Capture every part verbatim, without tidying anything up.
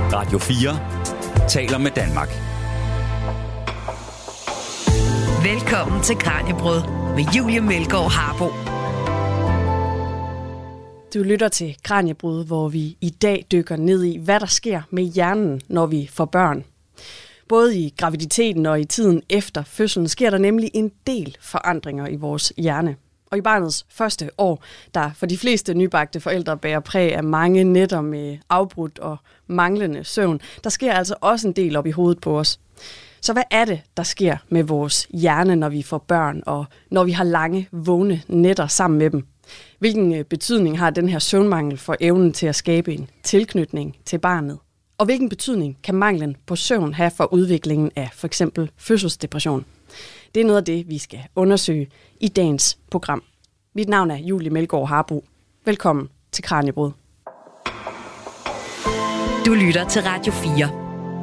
Radio fire taler med Danmark. Velkommen til Kraniebrud med Julie Melgaard Harbo. Du lytter til Kraniebrud, hvor vi i dag dykker ned i, hvad der sker med hjernen, når vi får børn. Både i graviditeten og i tiden efter fødslen sker der nemlig en del forandringer i vores hjerne. Og i barnets første år, der for de fleste nybagte forældre bærer præg af mange nætter med afbrudt og manglende søvn, der sker altså også en del op i hovedet på os. Så hvad er det, der sker med vores hjerne, når vi får børn, og når vi har lange, vågne nætter sammen med dem? Hvilken betydning har den her søvnmangel for evnen til at skabe en tilknytning til barnet? Og hvilken betydning kan manglen på søvn have for udviklingen af for eksempel fødselsdepression? Det er noget af det, vi skal undersøge i dagens program. Mit navn er Julie Melgaard Harbo. Velkommen til Kraniebrud. Du lytter til Radio fire.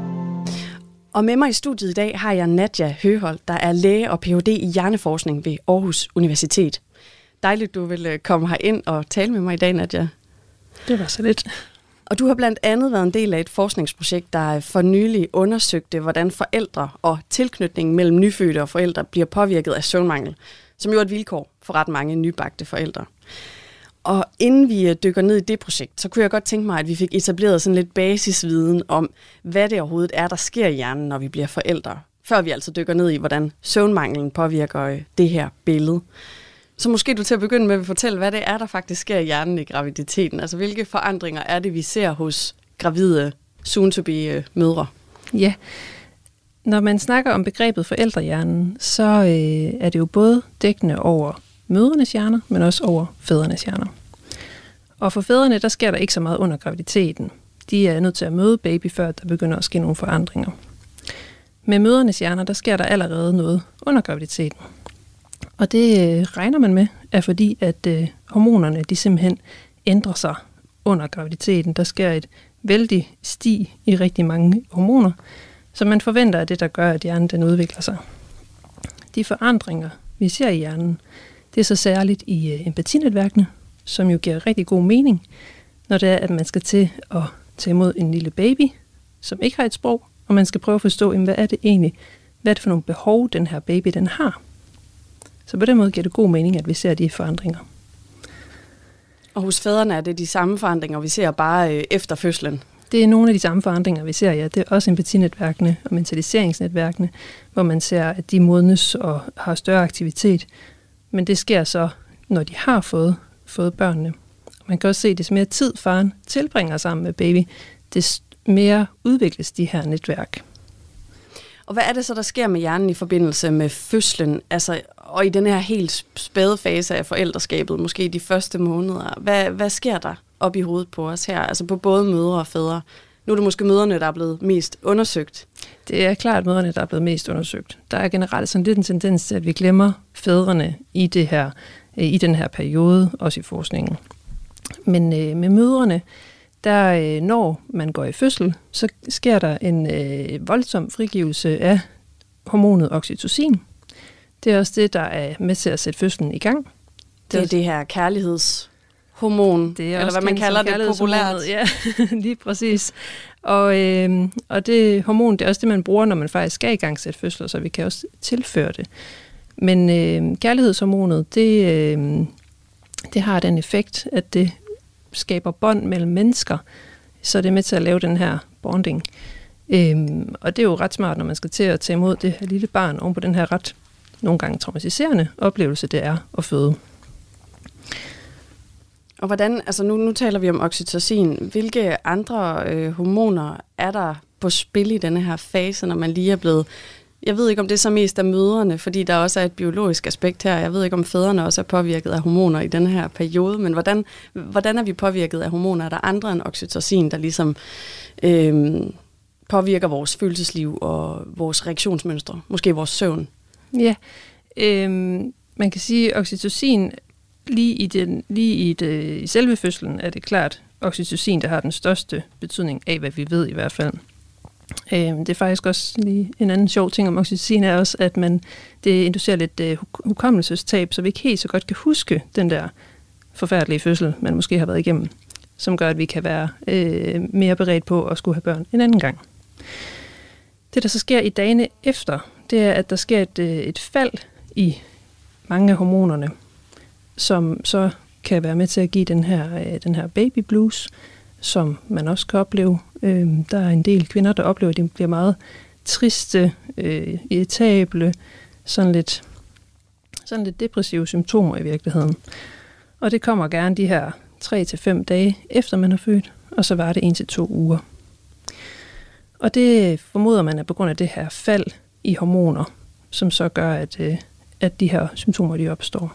Og med mig i studiet i dag har jeg Nadja Høholt, der er læge og P H D i hjerneforskning ved Aarhus Universitet. Dejligt, du vil komme herind og tale med mig i dag, Nadja. Det var så lidt. Og du har blandt andet været en del af et forskningsprojekt, der for nylig undersøgte, hvordan forældre og tilknytningen mellem nyfødte og forældre bliver påvirket af søvnmangel, som jo er et vilkår for ret mange nybagte forældre. Og inden vi dykker ned i det projekt, så kunne jeg godt tænke mig, at vi fik etableret sådan lidt basisviden om, hvad det overhovedet er, der sker i hjernen, når vi bliver forældre. Før vi altså dykker ned i, hvordan søvnmanglen påvirker det her billede. Så måske du til at begynde med at fortælle, hvad det er, der faktisk sker i hjernen i graviditeten. Altså, hvilke forandringer er det, vi ser hos gravide, soon-to-be mødre? Ja, når man snakker om begrebet forældrehjernen, så øh, er det jo både dækkende over mødrenes hjerner, men også over fædrenes hjerner. Og for fædrene, der sker der ikke så meget under graviditeten. De er nødt til at møde baby, før der begynder at ske nogle forandringer. Med mødrenes hjerner, der sker der allerede noget under graviditeten. Og det øh, regner man med, er fordi, at øh, hormonerne de simpelthen ændrer sig under graviditeten. Der sker et vældig stig i rigtig mange hormoner, så man forventer, at det, der gør, at hjernen den udvikler sig. De forandringer, vi ser i hjernen, det er så særligt i øh, empatinetværkene, som jo giver rigtig god mening, når det er, at man skal til at tage imod en lille baby, som ikke har et sprog, og man skal prøve at forstå, jamen, hvad er det egentlig, hvad er det for nogle behov, den her baby den har. Så på den måde giver det god mening, at vi ser de forandringer. Og hos fædrene er det de samme forandringer, vi ser bare øh, efter fødslen? Det er nogle af de samme forandringer, vi ser, ja. Det er også empatinetværkene og mentaliseringsnetværkene, hvor man ser, at de modnes og har større aktivitet. Men det sker så, når de har fået, fået børnene. Man kan også se, at des mere tid faren tilbringer sammen med baby, des mere udvikles de her netværk. Og hvad er det så, der sker med hjernen i forbindelse med fødslen, altså, og i den her helt spæde fase af forældreskabet, måske de første måneder? Hvad, hvad sker der op i hovedet på os her, altså på både mødre og fædre? Nu er det måske mødrene, der er blevet mest undersøgt. Det er klart mødrene, der er blevet mest undersøgt. Der er generelt sådan lidt en tendens til, at vi glemmer fædrene i, det her, i den her periode, også i forskningen. Men øh, med mødrene, der når man går i fødsel, så sker der en øh, voldsom frigivelse af hormonet oxytocin. Det er også det, der er med til at sætte fødslen i gang. Det er det, det her kærlighedshormon, det er eller hvad man kalder det populært. Ja, lige præcis. Og, øh, og det hormon, det er også det, man bruger, når man faktisk skal i gang sætte fødsler, så vi kan også tilføre det. Men øh, kærlighedshormonet, det, øh, det har den effekt, at det skaber bånd mellem mennesker, så det er med til at lave den her bonding. Øhm, og det er jo ret smart, når man skal til at tage imod det her lille barn oven på den her ret nogle gange traumatiserende oplevelse, det er at føde. Og hvordan, altså nu, nu taler vi om oxytocin. Hvilke andre øh, hormoner er der på spil i denne her fase, når man lige er blevet... Jeg ved ikke, om det er så mest af mødrene, fordi der også er et biologisk aspekt her. Jeg ved ikke, om fædrene også er påvirket af hormoner i denne her periode, men hvordan, hvordan er vi påvirket af hormoner? Er der andre end oxytocin, der ligesom øh, påvirker vores følelsesliv og vores reaktionsmønstre? Måske vores søvn? Ja, øh, man kan sige, at oxytocin, lige i, den, lige i, det, i selve fødslen, er det klart oxytocin, der har den største betydning af, hvad vi ved i hvert fald. Det er faktisk også lige en anden sjov ting om oxytocin er også, at man, det inducerer lidt uh, hukommelsestab, så vi ikke helt så godt kan huske den der forfærdelige fødsel, man måske har været igennem. som gør, at vi kan være øh, mere beredt på at skulle have børn en anden gang. Det, der så sker i dagene efter, det er, at der sker et, et fald i mange af hormonerne, som så kan være med til at give den her, den her baby blues, som man også kan opleve. Der er en del kvinder, der oplever, at de bliver meget triste, øh, irritable, sådan lidt, sådan lidt depressive symptomer i virkeligheden. Og det kommer gerne de her tre til fem dage efter man har født, og så var det en til to uger. Og det formoder man er på grund af det her fald i hormoner, som så gør, at, at de her symptomer de opstår.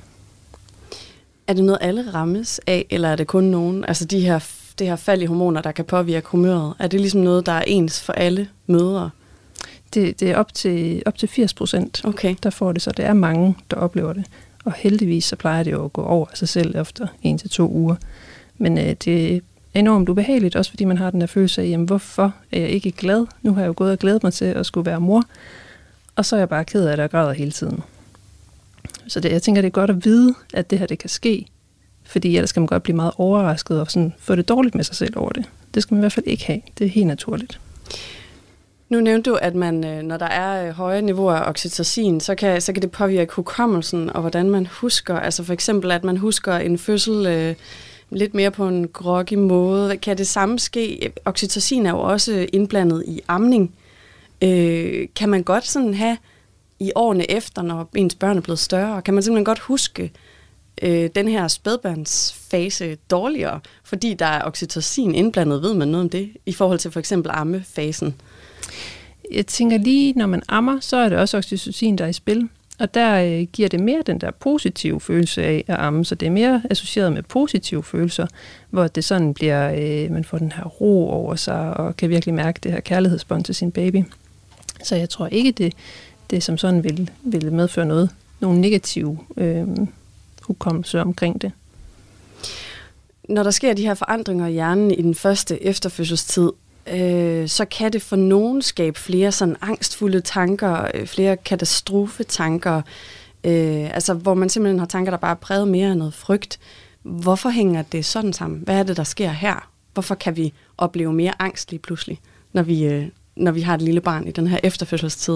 Er det noget, alle rammes af, eller er det kun nogen? Altså de her, det her fald i hormoner, der kan påvirke humøret, er det ligesom noget, der er ens for alle mødre? Det, det er op til, op til firs procent, okay. der får det, så det er mange, der oplever det. Og heldigvis så plejer det jo at gå over af sig selv efter en til to uger. Men øh, det er enormt ubehageligt, også fordi man har den der følelse af, jamen, hvorfor er jeg ikke glad? Nu har jeg jo gået og glædet mig til at skulle være mor, og så er jeg bare ked af det og græder hele tiden. Så det, jeg tænker, det er godt at vide, at det her det kan ske, fordi ellers kan man godt blive meget overrasket og sådan få det dårligt med sig selv over det. Det skal man i hvert fald ikke have. Det er helt naturligt. Nu nævnte du, at man, når der er høje niveauer af oxytocin, så kan, så kan det påvirke hukommelsen og hvordan man husker. Altså for eksempel, at man husker en fødsel øh, lidt mere på en groggy måde. Kan det samme ske? Oxytocin er jo også indblandet i amning. Øh, kan man godt sådan have i årene efter, når ens børn er blevet større, kan man simpelthen godt huske øh, den her spædbørnsfase dårligere, fordi der er oxytocin indblandet? Ved man noget om det i forhold til for eksempel ammefasen? Jeg tænker lige, når man ammer, så er det også oxytocin, der er i spil. Og der øh, giver det mere den der positive følelse af at amme, så det er mere associeret med positive følelser, hvor det sådan bliver, øh, man får den her ro over sig, og kan virkelig mærke det her kærlighedsbånd til sin baby. Så jeg tror ikke, det, det som sådan vil, vil medføre noget, nogle negative øh, hukommelser omkring det. Når der sker de her forandringer i hjernen i den første efterfødselstid, øh, så kan det for nogen skabe flere sådan angstfulde tanker, øh, flere katastrofetanker, øh, altså hvor man simpelthen har tanker, der bare er præget mere af noget frygt. Hvorfor hænger det sådan sammen? Hvad er det, der sker her? Hvorfor kan vi opleve mere angst lige pludselig, når vi, øh, når vi har et lille barn i den her efterfødselstid?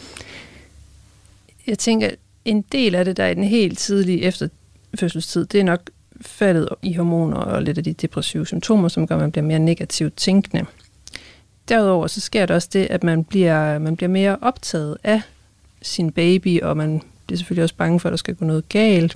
Jeg tænker, en del af det, der er i den helt tidlige efterfødselstid, det er nok faldet i hormoner og lidt af de depressive symptomer, som gør, at man bliver mere negativt tænkende. Derudover så sker der også det, at man bliver, man bliver mere optaget af sin baby, og man bliver selvfølgelig også bange for, at der skal gå noget galt.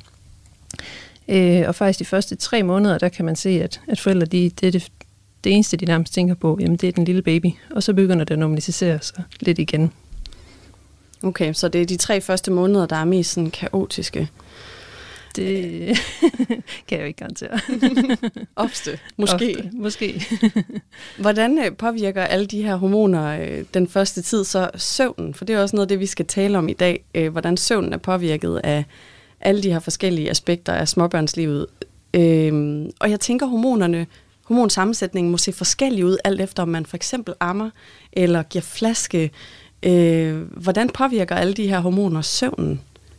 Øh, og faktisk de første tre måneder, der kan man se, at, at forældre, de, det er det, det eneste, de nærmest tænker på, jamen det er den lille baby, og så begynder det at normalisere sig lidt igen. Okay, så det er de tre første måneder, der er mest sådan kaotiske? Det kan jeg jo ikke garantere. Ofte, måske. Ofte, måske. Hvordan påvirker alle de her hormoner den første tid så søvnen? For det er også noget af det, vi skal tale om i dag. Hvordan søvnen er påvirket af alle de her forskellige aspekter af småbørnslivet. Og jeg tænker, hormonerne, hormonsammensætningen må se forskellig ud, alt efter om man for eksempel ammer eller giver flaske. Hvordan påvirker alle de her hormoner søvnen?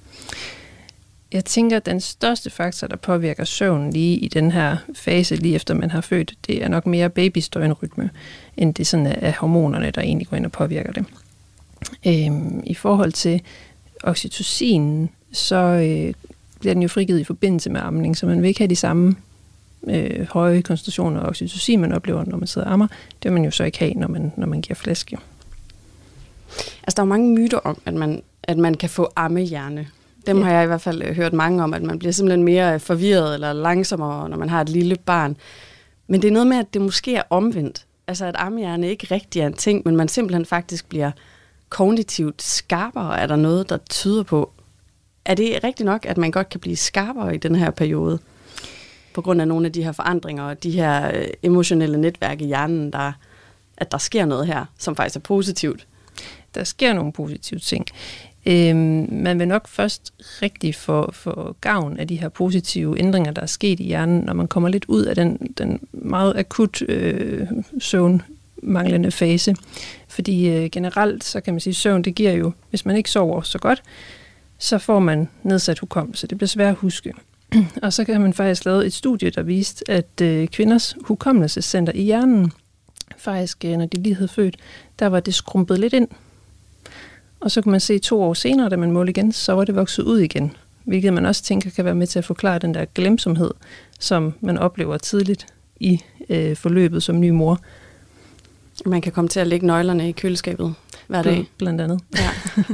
Jeg tænker, at den største faktor, der påvirker søvnen lige i den her fase, lige efter man har født, det er nok mere babys døgnrytme, end det sådan er hormonerne, der egentlig går ind og påvirker det. Øhm, I forhold til oxytocinen, så øh, bliver den jo frigivet i forbindelse med amning, så man vil ikke have de samme øh, høje koncentrationer af oxytocin, man oplever, når man sidder og ammer. Det vil man jo så ikke have, når man, når man giver flaske. Altså, der er mange myter om, at man, at man kan få ammehjerne. Dem ja. har jeg i hvert fald hørt mange om, at man bliver simpelthen mere forvirret eller langsommere, når man har et lille barn. Men det er noget med, at det måske er omvendt. Altså, at ammehjerne ikke rigtig er en ting, men man simpelthen faktisk bliver kognitivt skarpere. Er der noget, der tyder på? Er det rigtigt nok, at man godt kan blive skarpere i den her periode? På grund af nogle af de her forandringer og de her emotionelle netværk i hjernen, der, at der sker noget her, som faktisk er positivt? Der sker nogle positive ting. Øhm, man vil nok først rigtig få, få gavn af de her positive ændringer, der er sket i hjernen, når man kommer lidt ud af den, den meget akut øh, søvnmanglende fase. Fordi øh, generelt, så kan man sige, at søvn, det giver jo, hvis man ikke sover så godt, så får man nedsat hukommelse. Det bliver svært at huske. Og så kan man faktisk lave et studie, der viste, at øh, kvinders hukommelsescenter i hjernen, faktisk, øh, når de lige havde født, der var det skrumpet lidt ind. Og så kan man se to år senere, da man målte igen, så var det vokset ud igen. Hvilket man også tænker kan være med til at forklare den der glemsomhed, som man oplever tidligt i øh, forløbet som ny mor. Man kan komme til at lægge nøglerne i køleskabet hver dag. Blandt andet. Ja.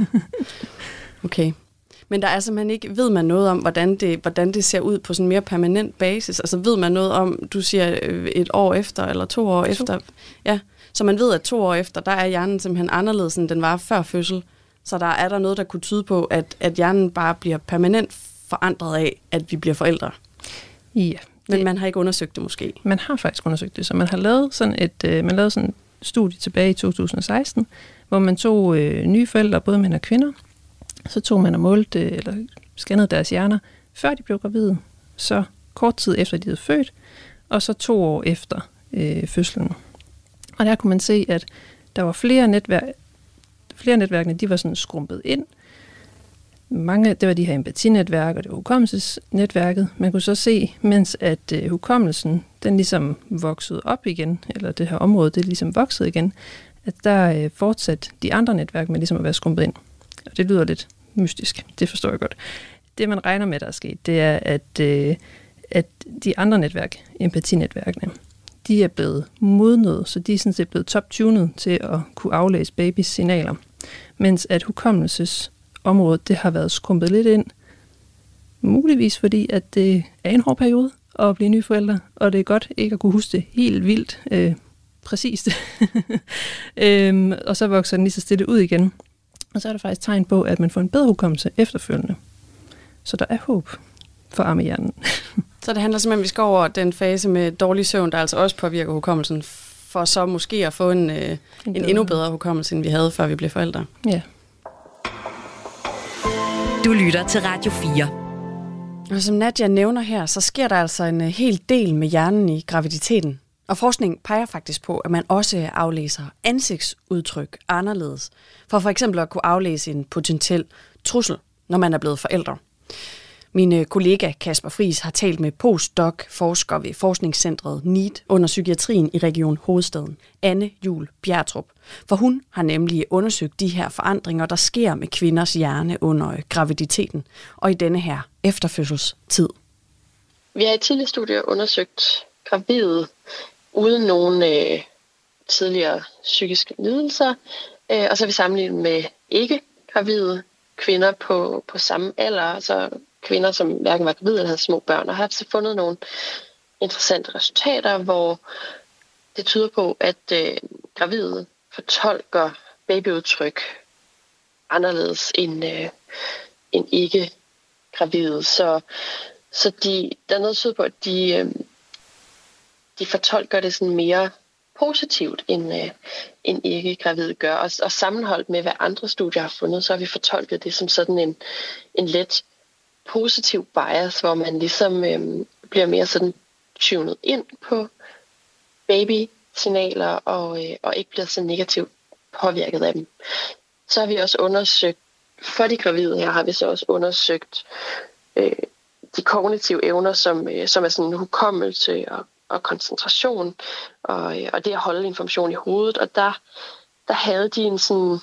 Okay. Men der er simpelthen ikke, ved man noget om, hvordan det, hvordan det ser ud på sådan en mere permanent basis? Altså ved man noget om, du siger et år efter, eller to år to. efter? Ja, så man ved, at to år efter, der er hjernen simpelthen anderledes, end den var før fødsel. Så der er der noget, der kunne tyde på, at, at hjernen bare bliver permanent forandret af, at vi bliver forældre. Ja. Men det, man har ikke undersøgt det måske. Man har faktisk undersøgt det, så man har lavet sådan et øh, man lavede sådan et studie tilbage i to tusind og seksten, hvor man tog øh, nye forældre, både mænd og kvinder. Så tog man og målte, øh, eller scannede deres hjerner, før de blev gravide, så kort tid efter de havde født, og så to år efter øh, fødslen. Og der kunne man se, at der var flere netværk, flere netværkene, de var sådan skrumpet ind. Mange, det var de her empatinetværk, og det var hukommelsesnetværket. Man kunne så se, mens at øh, hukommelsen, den ligesom voksede op igen, eller det her område, det ligesom voksede igen, at der øh, fortsatte de andre netværk med ligesom at være skrumpet ind. Og det lyder lidt mystisk, det forstår jeg godt. Det, man regner med, der er sket, det er, at, øh, at de andre netværk, empatinetværkene, de er blevet modnet, så de er sådan set blevet top-tunet til at kunne aflæse babys signaler. Mens at hukommelsesområdet, det har været skrumpet lidt ind, muligvis fordi, at det er en hård periode at blive nye forældre, og det er godt ikke at kunne huske det helt vildt øh, præcist. øhm, og så vokser den lige så stille ud igen. Og så er der faktisk tegn på, at man får en bedre hukommelse efterfølgende. Så der er håb for ammehjernen. Så det handler simpelthen, at vi skal over den fase med dårlig søvn, der altså også påvirker hukommelsen, for så måske at få en, øh, en, en endnu bedre hukommelse, end vi havde, før vi blev forældre. Ja. Du lytter til Radio fire. Og som Nadia nævner her, så sker der altså en hel del med hjernen i graviditeten. Og forskning peger faktisk på, at man også aflæser ansigtsudtryk anderledes, for for eksempel at kunne aflæse en potentiel trussel, når man er blevet forældre. Min kollega Kasper Friis har talt med postdoc-forsker ved forskningscentret N E E D under psykiatrien i Region Hovedstaden, Anne Juhl Bjertrup. For hun har nemlig undersøgt de her forandringer, der sker med kvinders hjerne under graviditeten og i denne her efterfødselstid. Vi har i tidligere studier undersøgt gravide uden nogen øh, tidligere psykiske lidelser, øh, og så har vi sammenlignet med ikke-gravide kvinder på, på samme alder, altså kvinder, som hverken var gravide eller havde små børn, og har så fundet nogle interessante resultater, hvor det tyder på, at øh, gravide fortolker babyudtryk anderledes end, øh, end ikke-gravide. Så, så de, der er noget tyder på, at de, øh, de fortolker det sådan mere positivt, end, øh, end ikke-gravide gør. Og, og sammenholdt med, hvad andre studier har fundet, så har vi fortolket det som sådan en, en let positiv bias, hvor man ligesom øh, bliver mere sådan tunet ind på baby-signaler og, øh, og ikke bliver så negativt påvirket af dem. Så har vi også undersøgt, for de gravide her har vi så også undersøgt øh, de kognitive evner, som, øh, som er sådan hukommelse og, og koncentration og, øh, og det at holde information i hovedet. Og der, der havde de en sådan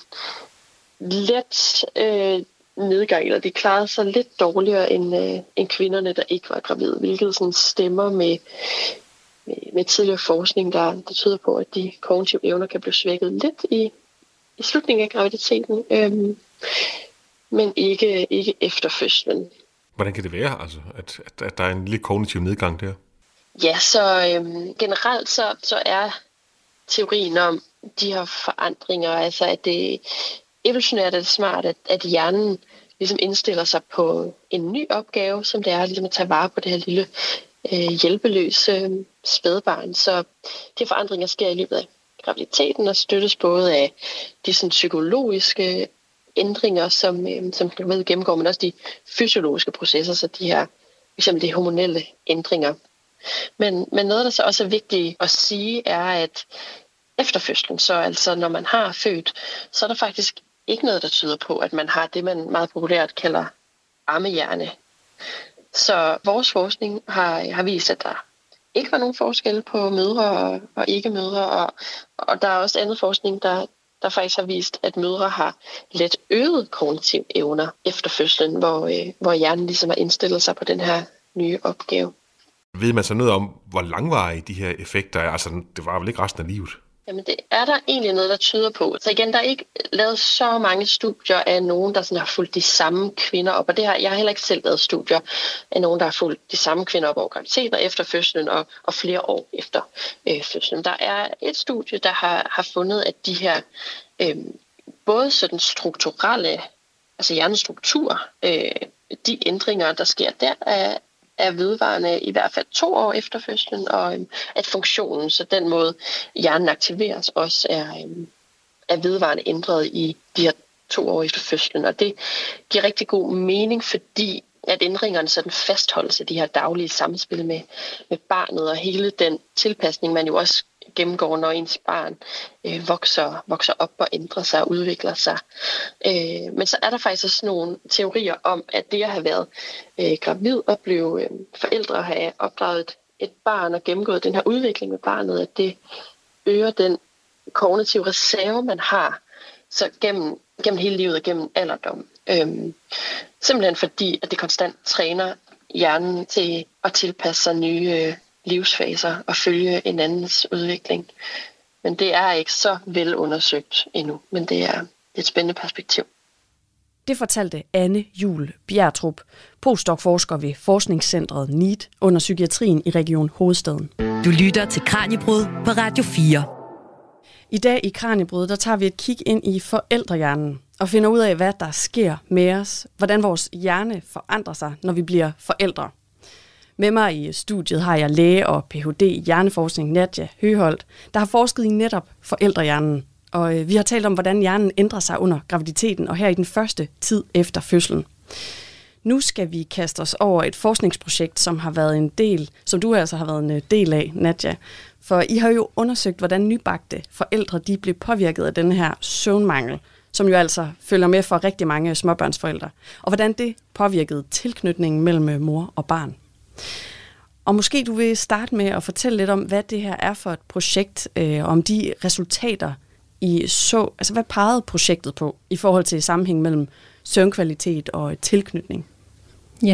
let øh, nedgang, eller de klarede sig lidt dårligere end, øh, end kvinderne, der ikke var gravide, hvilket sådan stemmer med, med, med tidligere forskning, der, der tyder på, at de kognitive evner kan blive svækket lidt i, i slutningen af graviditeten, øhm, men ikke, ikke efter fødslen. Hvordan kan det være, altså, at, at, at der er en lille kognitiv nedgang der? Ja, så øhm, generelt så, så er teorien om de her forandringer, altså at det evolutionært er det smart, at, at hjernen ligesom indstiller sig på en ny opgave, som det er ligesom at tage vare på det her lille øh, hjælpeløse øh, spædbarn. Så de forandringer sker i løbet af graviditeten og støttes både af de sådan, psykologiske ændringer, som, øh, som gravide gennemgår, men også de fysiologiske processer, så de her, f.eks. de hormonelle ændringer. Men, men noget, der så også er vigtigt at sige, er, at efter fødslen, så altså når man har født, så er der faktisk ikke noget, der tyder på, at man har det, man meget populært kalder ammehjerne. Så vores forskning har, har vist, at der ikke var nogen forskel på mødre og, og ikke-mødre, og, og der er også andet forskning, der, der faktisk har vist, at mødre har let øget kognitive evner efter fødslen, hvor, øh, hvor hjernen ligesom har indstillet sig på den her nye opgave. Ved man så noget om, hvor langvarige de her effekter er? Altså, det var vel ikke resten af livet? Jamen, det er der egentlig noget, der tyder på. Så igen, der er ikke lavet så mange studier af nogen, der sådan har fulgt de samme kvinder op. Og det har, jeg har heller ikke selv lavet studier af nogen, der har fulgt de samme kvinder op over graviditeten og efter fødslen og, og flere år efter øh, fødslen. Der er et studie, der har, har fundet, at de her øh, både sådan strukturelle, altså hjernestruktur, øh, de ændringer, der sker der, er er vedvarende i hvert fald to år efter fødslen, og øhm, at funktionen, så den måde hjernen aktiveres, også er, øhm, er vedvarende ændret i de her to år efter fødslen. Og det giver rigtig god mening, fordi at ændringerne sådan fastholdes af de her daglige samspil med, med barnet, og hele den tilpasning, man jo også gennemgår, når ens barn øh, vokser, vokser op og ændrer sig og udvikler sig. Øh, men så er der faktisk også nogle teorier om, at det at have været øh, gravid og blive øh, forældre og have opdraget et, et barn og gennemgået den her udvikling med barnet, at det øger den kognitive reserve, man har så gennem, gennem hele livet og gennem alderdom. Øh, simpelthen fordi, at det konstant træner hjernen til at tilpasse sig nye øh, livsfaser og følge en andens udvikling. Men det er ikke så vel undersøgt endnu, men det er et spændende perspektiv. Det fortalte Anne Juel Bjertrup, postdoc-forsker ved forskningscentret N E E T under psykiatrien i Region Hovedstaden. Du lytter til Kraniebrud på Radio fire. I dag i Kraniebrud, der tager vi et kig ind i forældrehjernen og finder ud af, hvad der sker med os, hvordan vores hjerne forandrer sig, når vi bliver forældre. Med mig i studiet har jeg læge og P H D i hjerneforskning Nadja Høholt, der har forsket i netop forældrehjernen. Og vi har talt om, hvordan hjernen ændrer sig under graviditeten og her i den første tid efter fødslen. Nu skal vi kaste os over et forskningsprojekt, som har været en del, som du altså har været en del af, Nadja. For I har jo undersøgt, hvordan nybagte forældre de blev påvirket af den her søvnmangel, som jo altså følger med for rigtig mange småbørnsforældre, og hvordan det påvirkede tilknytningen mellem mor og barn. Og måske du vil starte med at fortælle lidt om, hvad det her er for et projekt, øh, om de resultater, I så, altså hvad pegede projektet på i forhold til sammenhæng mellem søvnkvalitet og tilknytning? Ja,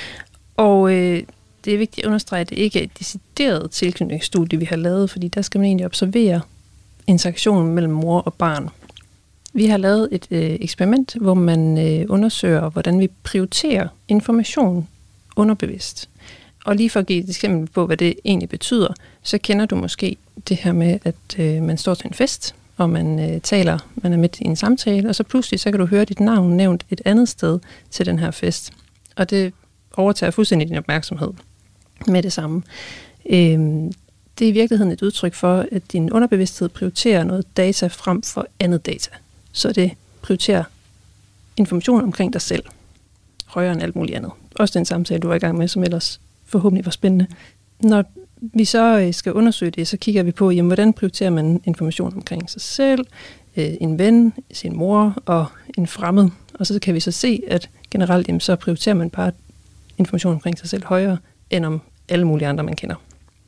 og øh, det er vigtigt at understrege, at det ikke er et decideret tilknytningsstudie, vi har lavet, fordi der skal man egentlig observere interaktionen mellem mor og barn. Vi har lavet et øh, eksperiment, hvor man øh, undersøger, hvordan vi prioriterer information underbevidst. Og lige for at give et eksempel på, hvad det egentlig betyder, så kender du måske det her med, at øh, man står til en fest, og man øh, taler, man er midt i en samtale, og så pludselig så kan du høre dit navn nævnt et andet sted til den her fest. Og det overtager fuldstændig din opmærksomhed med det samme. Øh, det er i virkeligheden et udtryk for, at din underbevidsthed prioriterer noget data frem for andet data. Så det prioriterer information omkring dig selv, højere end alt muligt andet. Også den samtale, du var i gang med, som ellers forhåbentlig var spændende. Når vi så skal undersøge det, så kigger vi på, jamen, hvordan prioriterer man information omkring sig selv, en ven, sin mor og en fremmed. Og så kan vi så se, at generelt jamen, så prioriterer man bare information omkring sig selv højere, end om alle mulige andre, man kender.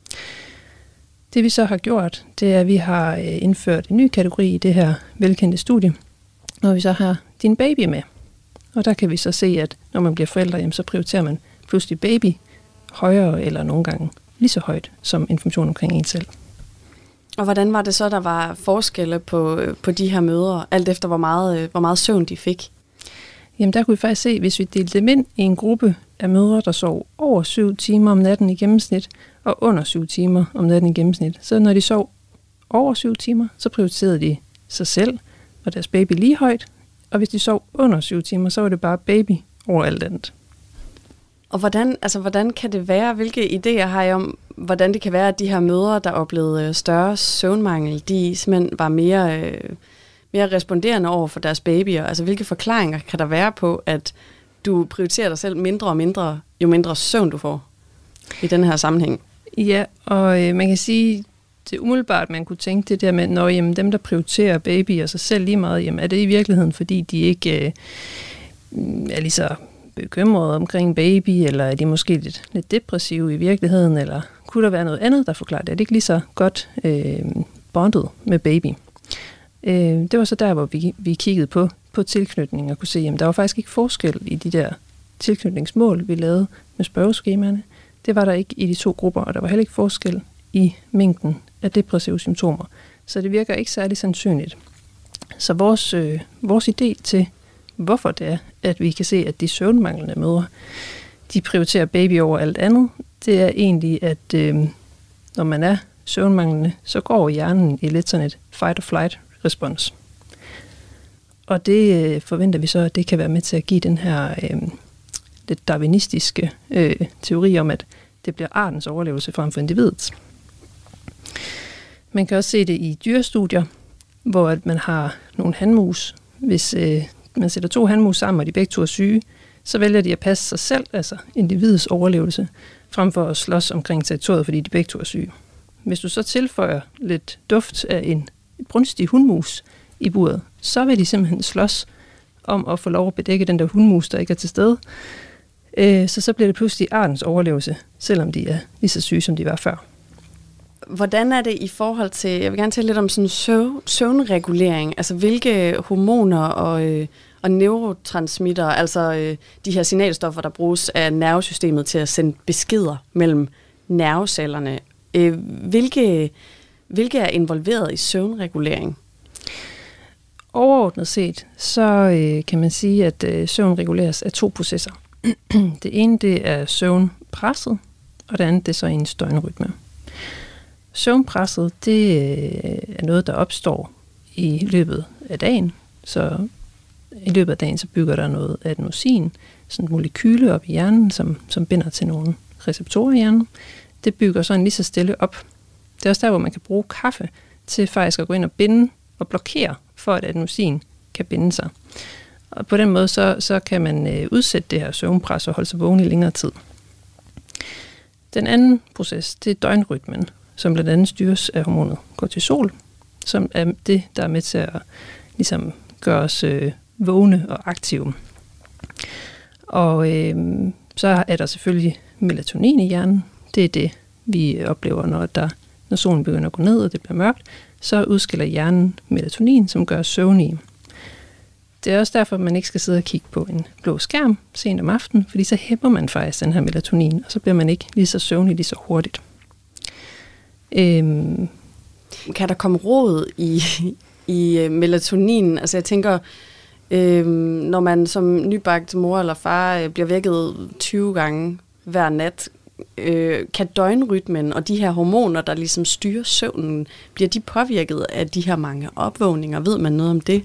Det vi så har gjort, det er, at vi har indført en ny kategori i det her velkendte studie, når vi så har din baby med. Og der kan vi så se, at når man bliver forældre, jamen, så prioriterer man pludselig baby højere eller nogle gange lige så højt som information omkring en selv. Og hvordan var det så, der var forskelle på, på de her mødre, alt efter hvor meget, hvor meget søvn de fik? Jamen der kunne vi faktisk se, hvis vi delte dem ind i en gruppe af mødre, der sov over syv timer om natten i gennemsnit, og under syv timer om natten i gennemsnit. Så når de sov over syv timer, så prioriterede de sig selv og deres baby lige højt, og hvis de sov under syv timer, så var det bare baby over alt andet. Og hvordan, altså, hvordan kan det være, hvilke idéer har I om, hvordan det kan være, at de her mødre, der oplevede større søvnmangel, de simpelthen var mere, øh, mere responderende over for deres babyer? Altså hvilke forklaringer kan der være på, at du prioriterer dig selv mindre og mindre, jo mindre søvn du får i den her sammenhæng? Ja, og øh, man kan sige, det er umiddelbart, man kunne tænke det der med, når jamen, dem, der prioriterer baby og sig selv lige meget, jamen, er det i virkeligheden, fordi de ikke øh, er lige så bekymrede omkring baby, eller er de måske lidt, lidt depressive i virkeligheden, eller kunne der være noget andet, der forklarer det? Er det ikke lige så godt øh, bondet med baby? Øh, det var så der, hvor vi, vi kiggede på, på tilknytning og kunne se, at der var faktisk ikke forskel i de der tilknytningsmål, vi lavede med spørgeskemaerne. Det var der ikke i de to grupper, og der var heller ikke forskel i mængden af depressive symptomer. Så det virker ikke særlig sandsynligt. Så vores, øh, vores idé til, hvorfor det er, at vi kan se, at de søvnmanglende mødre, de prioriterer baby over alt andet, det er egentlig, at øh, når man er søvnmanglende, så går hjernen i lidt sådan et fight-or-flight-respons. Og det øh, forventer vi så, at det kan være med til at give den her øh, lidt darwinistiske øh, teori om, at det bliver artens overlevelse frem for individets. Man kan også se det i dyrestudier, hvor at man har nogle hanmus. Hvis øh, man sætter to hanmus sammen, og de begge to er syge, så vælger de at passe sig selv, altså individets overlevelse, frem for at slås omkring territoriet, fordi de begge to er syge. Hvis du så tilføjer lidt duft af en brunstig hundmus i buret, så vil de simpelthen slås om at få lov at bedække den der hundmus, der ikke er til stede. Øh, så så bliver det pludselig artens overlevelse, selvom de er lige så syge, som de var før. Hvordan er det i forhold til, jeg vil gerne tale lidt om sådan søv, søvnregulering, altså hvilke hormoner og, øh, og neurotransmitter, altså øh, de her signalstoffer, der bruges af nervesystemet til at sende beskeder mellem nervecellerne, øh, hvilke, hvilke er involveret i søvnregulering? Overordnet set, så øh, kan man sige, at øh, søvn reguleres af to processer. Det ene, det er søvnpresset, og det andet, det er så ens døgnrytme. Søvnpresset, det er noget, der opstår i løbet af dagen. Så i løbet af dagen, så bygger der noget adenosin, sådan en molekyle op i hjernen, som, som binder til nogle receptorer i hjernen. Det bygger sådan lige så stille op. Det er også der, hvor man kan bruge kaffe til faktisk at gå ind og binde og blokere, for at adenosin kan binde sig. Og på den måde, så, så kan man øh, udsætte det her søvnpres og holde sig vågen i længere tid. Den anden proces, det er døgnrytmen, som blandt andet styres af hormonet kortisol, som er det, der er med til at ligesom, gøre os øh, vågne og aktive. Og øh, så er der selvfølgelig melatonin i hjernen. Det er det, vi oplever, når, der, når solen begynder at gå ned, og det bliver mørkt. Så udskiller hjernen melatonin, som gør os søvnige. Det er også derfor, at man ikke skal sidde og kigge på en blå skærm sent om aftenen, fordi så hæmmer man faktisk den her melatonin, og så bliver man ikke lige så søvnig lige så hurtigt. Øhm. Kan der komme råd i, i melatonin? Altså jeg tænker, øhm, når man som nybagt mor eller far bliver vækket tyve gange hver nat, øh, kan døgnrytmen og de her hormoner, der ligesom styrer søvnen, bliver de påvirket af de her mange opvågninger? Ved man noget om det?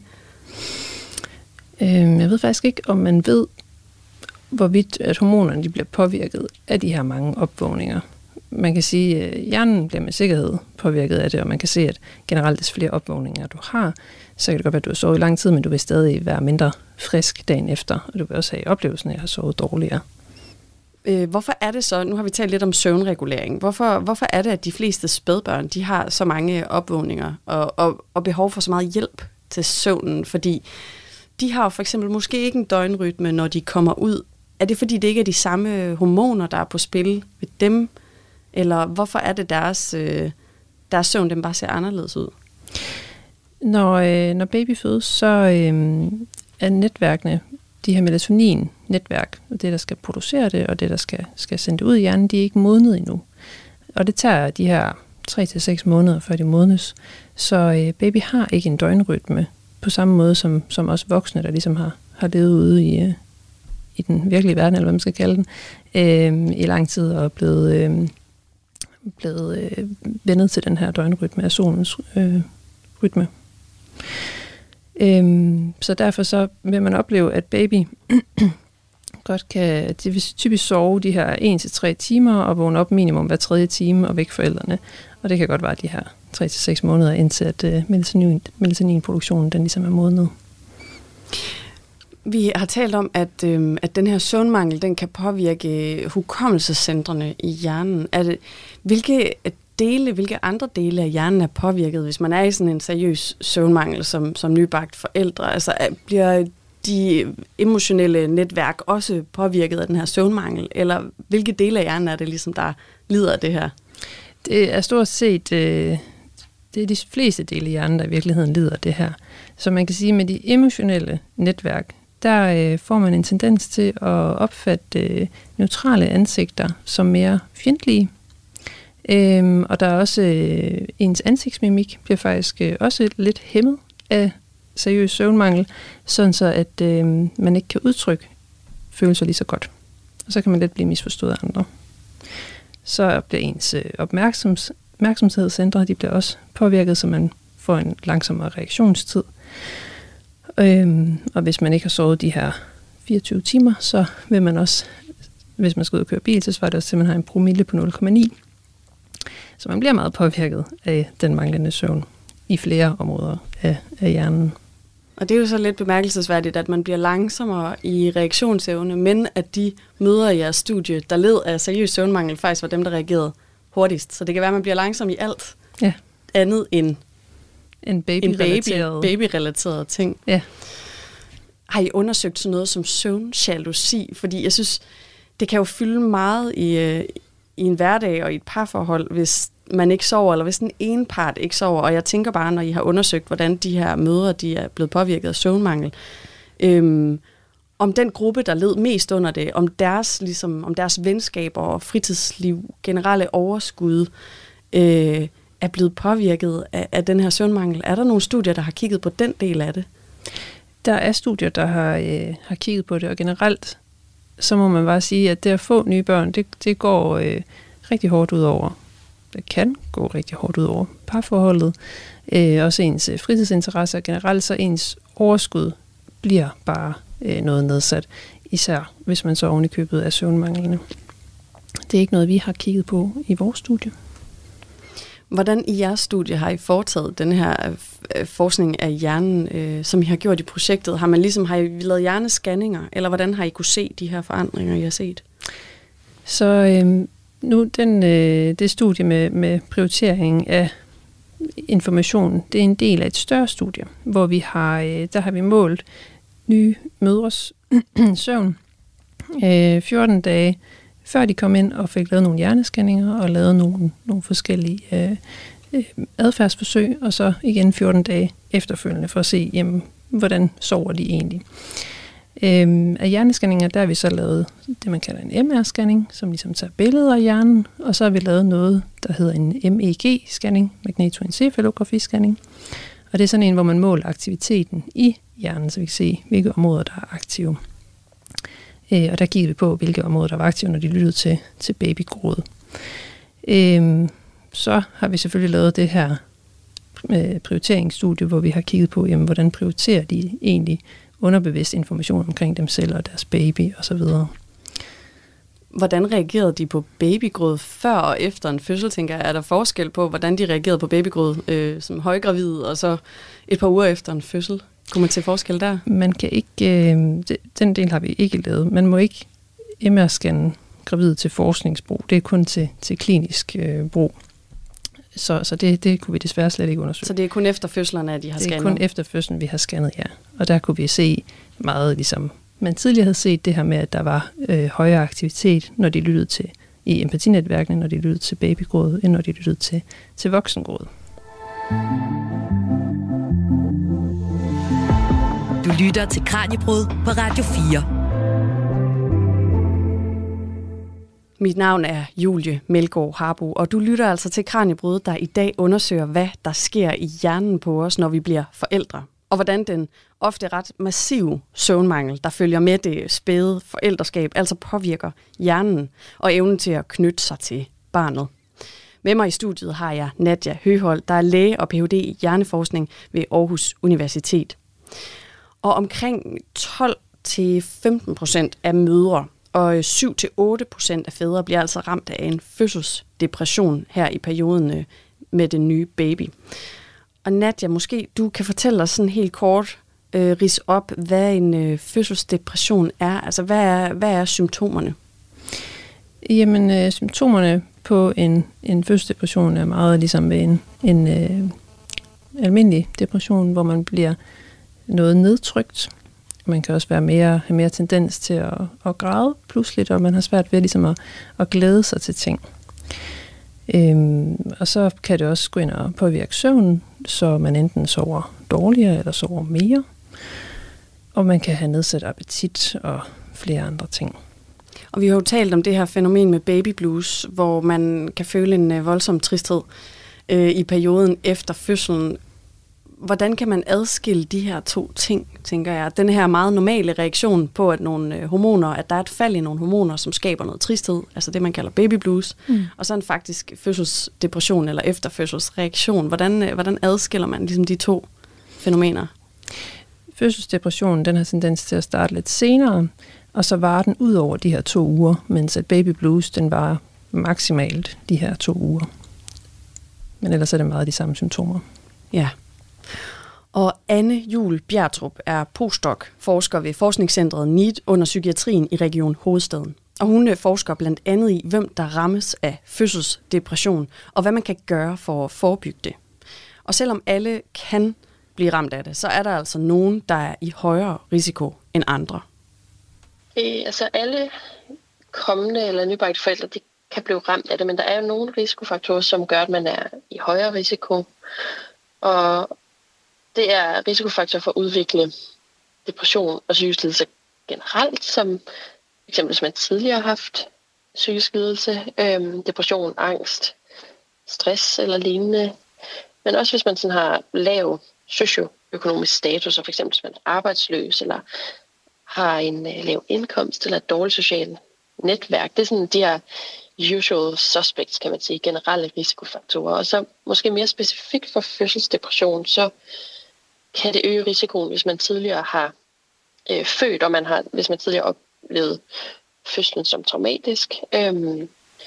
Øhm, jeg ved faktisk ikke, om man ved, hvorvidt at hormonerne de bliver påvirket af de her mange opvågninger. Man kan sige, at hjernen bliver med sikkerhed påvirket af det, og man kan se, at generelt des flere opvågninger du har, så kan det godt være, at du har sovet i lang tid, men du vil stadig være mindre frisk dagen efter, og du vil også have oplevelsen af at have sovet dårligere. Øh, hvorfor er det så, nu har vi talt lidt om søvnregulering, hvorfor, hvorfor er det, at de fleste spædbørn, de har så mange opvågninger og, og, og behov for så meget hjælp til søvnen, fordi de har for eksempel måske ikke en døgnrytme, når de kommer ud. Er det fordi, det ikke er de samme hormoner, der er på spil ved dem? Eller hvorfor er det, deres, øh, deres søvn dem bare ser anderledes ud? Når, øh, når baby fødes, så øh, er netværkene, de her melatonin-netværk, det der skal producere det, og det der skal, skal sende det ud i hjernen, de er ikke modnet endnu. Og det tager de her tre til seks måneder, før de modnes. Så øh, baby har ikke en døgnrytme på samme måde som, som os voksne, der ligesom har, har levet ude i, øh, i den virkelige verden, eller hvad man skal kalde den, øh, i lang tid og er blevet... Øh, blevet øh, vendet til den her døgnrytme af solens øh, rytme. Øhm, så derfor så vil man opleve, at baby godt kan de vil typisk sove de her en til tre timer og vågne op minimum hver tredje time og væk forældrene. Og det kan godt være de her tre til seks måneder, indtil at øh, melatonin, melatoninproduktionen den ligesom er modnet. Vi har talt om, at, øh, at den her søvnmangel, den kan påvirke hukommelsescentrene i hjernen. Er det, hvilke dele, hvilke andre dele af hjernen er påvirket, hvis man er i sådan en seriøs søvnmangel som, som nybagt forældre? Altså, er, bliver de emotionelle netværk også påvirket af den her søvnmangel, eller hvilke dele af hjernen er det ligesom, der lider af det her? Det er stort set, øh, det er de fleste dele af hjernen, der i virkeligheden lider af det her. Så man kan sige, at med de emotionelle netværk, der øh, får man en tendens til at opfatte øh, neutrale ansigter som mere fjendtlige. Øhm, og der er også øh, ens ansigtsmimik bliver faktisk øh, også lidt hæmmet af seriøs søvnmangel, sådan så at øh, man ikke kan udtrykke følelser lige så godt. Og så kan man let blive misforstået af andre. Så bliver ens øh, opmærksoms, opmærksomhedscentre, de bliver også påvirket, så man får en langsommere reaktionstid. Øhm, og hvis man ikke har sovet de her fireogtyve timer, så vil man også, hvis man skal ud og køre bil, så svarer det også til, at man har en promille på nul komma ni. Så man bliver meget påvirket af den manglende søvn i flere områder af, af hjernen. Og det er jo så lidt bemærkelsesværdigt, at man bliver langsommere i reaktionsevne, men at de møder i jeres studie, der led af seriøs søvnmangel, faktisk var dem, der reagerede hurtigst. Så det kan være, at man bliver langsom i alt ja. andet end en baby-relateret baby, baby ting. Ja. Har I undersøgt sådan noget som søvnjalousi? Fordi jeg synes, det kan jo fylde meget i, øh, i en hverdag og i et parforhold, hvis man ikke sover, eller hvis den ene part ikke sover. Og jeg tænker bare, når I har undersøgt, hvordan de her mødre de er blevet påvirket af søvnmangel, øhm, om den gruppe, der led mest under det, om deres, ligesom, om deres venskaber og fritidsliv, generelle overskud, øh, er blevet påvirket af, af den her søvnmangel. Er der nogle studier, der har kigget på den del af det? Der er studier, der har, øh, har kigget på det, og generelt, så må man bare sige, at det at få nye børn, det, det går øh, rigtig hårdt ud over. Det kan gå rigtig hårdt ud over parforholdet. Øh, også ens fritidsinteresser generelt, så ens overskud bliver bare øh, noget nedsat. Især hvis man så oven i købet af søvnmanglende. Det er ikke noget, vi har kigget på i vores studie. Hvordan i jeres studie har I foretaget den her øh, forskning af hjernen, øh, som I har gjort i projektet? Har man ligesom har I lavet hjernescanninger, eller hvordan har I kunne se de her forandringer, I har set? Så øh, nu den, øh, det studie med, med prioritering af information, det er en del af et større studie, hvor vi har, øh, der har vi målt nye mødres søvn øh, fjorten dage før de kom ind og fik lavet nogle hjernescanninger og lavet nogle, nogle forskellige øh, øh, adfærdsforsøg, og så igen fjorten dage efterfølgende for at se, jamen, hvordan sover de egentlig. Øhm, af hjernescanninger, der har vi så lavet det, man kalder en M R-scanning, som ligesom tager billeder af hjernen, og så har vi lavet noget, der hedder en M E G-scanning, magnetoencefalografi-scanning, og det er sådan en, hvor man måler aktiviteten i hjernen, så vi kan se, hvilke områder, der er aktive. Øh, og der gik vi på, hvilke områder, der var aktive, når de lyttede til, til babygråd. Øh, så har vi selvfølgelig lavet det her øh, prioriteringsstudie, hvor vi har kigget på, jamen, hvordan prioriterer de egentlig underbevidst information omkring dem selv og deres baby osv. Hvordan reagerede de på babygråd før og efter en fødsel, tænker jeg? Er der forskel på, hvordan de reagerede på babygråd øh, som højgravid, og så et par uger efter en fødsel? Kunne man se forskel der? Man kan ikke, øh, den del har vi ikke lavet. Man må ikke M R-scanne gravide til forskningsbrug. Det er kun til, til klinisk øh, brug. Så, så det, det kunne vi desværre slet ikke undersøge. Så det er kun efter fødslerne, at de har scannet? Det er kun efter fødslen, vi har scannet, ja. Og der kunne vi se meget, ligesom man tidligere havde set det her med, at der var øh, højere aktivitet, når de lyttede til i empatinetværkene, når de lyttede til babygråd, end når de lyttede til, til voksengråd. Du lytter til Kraniebrud på Radio fire. Mit navn er Julie Melgaard Harbo, og du lytter altså til Kraniebrud, der i dag undersøger, hvad der sker i hjernen på os, når vi bliver forældre. Og hvordan den ofte ret massive søvnmangel, der følger med det spæde forældreskab, altså påvirker hjernen og evnen til at knytte sig til barnet. Med mig i studiet har jeg Nadja Høholt, der er læge og P H D i hjerneforskning ved Aarhus Universitet. Og omkring tolv til femten procent af mødre og syv til otte procent af fædre bliver altså ramt af en fødselsdepression her i perioden med den nye baby. Og Nadja, måske du kan fortælle os sådan helt kort, øh, ridse op, hvad en øh, fødselsdepression er. Altså, hvad er, hvad er symptomerne? Jamen, øh, symptomerne på en, en fødselsdepression er meget ligesom med en, en øh, almindelig depression, hvor man bliver noget nedtrykt. Man kan også være mere, have mere tendens til at, at græde pludseligt, og man har svært ved ligesom at, at glæde sig til ting. Øhm, og så kan det også gå ind og påvirke søvnen, så man enten sover dårligere eller sover mere. Og man kan have nedsat appetit og flere andre ting. Og vi har jo talt om det her fænomen med baby blues, hvor man kan føle en øh, voldsom tristhed øh, i perioden efter fødslen. Hvordan kan man adskille de her to ting, tænker jeg? Den her meget normale reaktion på, at nogle øh, hormoner, at der er et fald i nogle hormoner, som skaber noget tristhed, altså det, man kalder baby blues, mm. og så en faktisk fødselsdepression eller efterfødselsreaktion. Hvordan, øh, hvordan adskiller man ligesom de to fænomener? Fødselsdepressionen, den har tendens til at starte lidt senere, og så varer den ud over de her to uger, mens at baby blues, den varer maksimalt de her to uger. Men ellers er det meget de samme symptomer. Ja. Og Anne Juel Bjertrup er postdoc, forsker ved forskningscentret N E E T under psykiatrien i Region Hovedstaden. Og hun forsker blandt andet i, hvem der rammes af fødselsdepression, og hvad man kan gøre for at forebygge det. Og selvom alle kan blive ramt af det, så er der altså nogen, der er i højere risiko end andre. Øh, altså alle kommende eller nybagte forældre, de kan blive ramt af det, men der er jo nogle risikofaktorer, som gør, at man er i højere risiko. Og det er risikofaktorer for at udvikle depression og psykisk lidelse generelt, som eksempel hvis man tidligere har haft psykisk lidelse, øhm, depression, angst, stress eller lignende. Men også hvis man sådan har lav socioøkonomisk status, og for eksempel hvis man er arbejdsløs, eller har en øh, lav indkomst, eller et dårligt socialt netværk. Det er sådan de her usual suspects, kan man sige, generelle risikofaktorer. Og så måske mere specifikt for fødselsdepression, så kan det øge risikoen, hvis man tidligere har øh, født, og man har, hvis man tidligere har oplevet fødslen som traumatisk, øhm,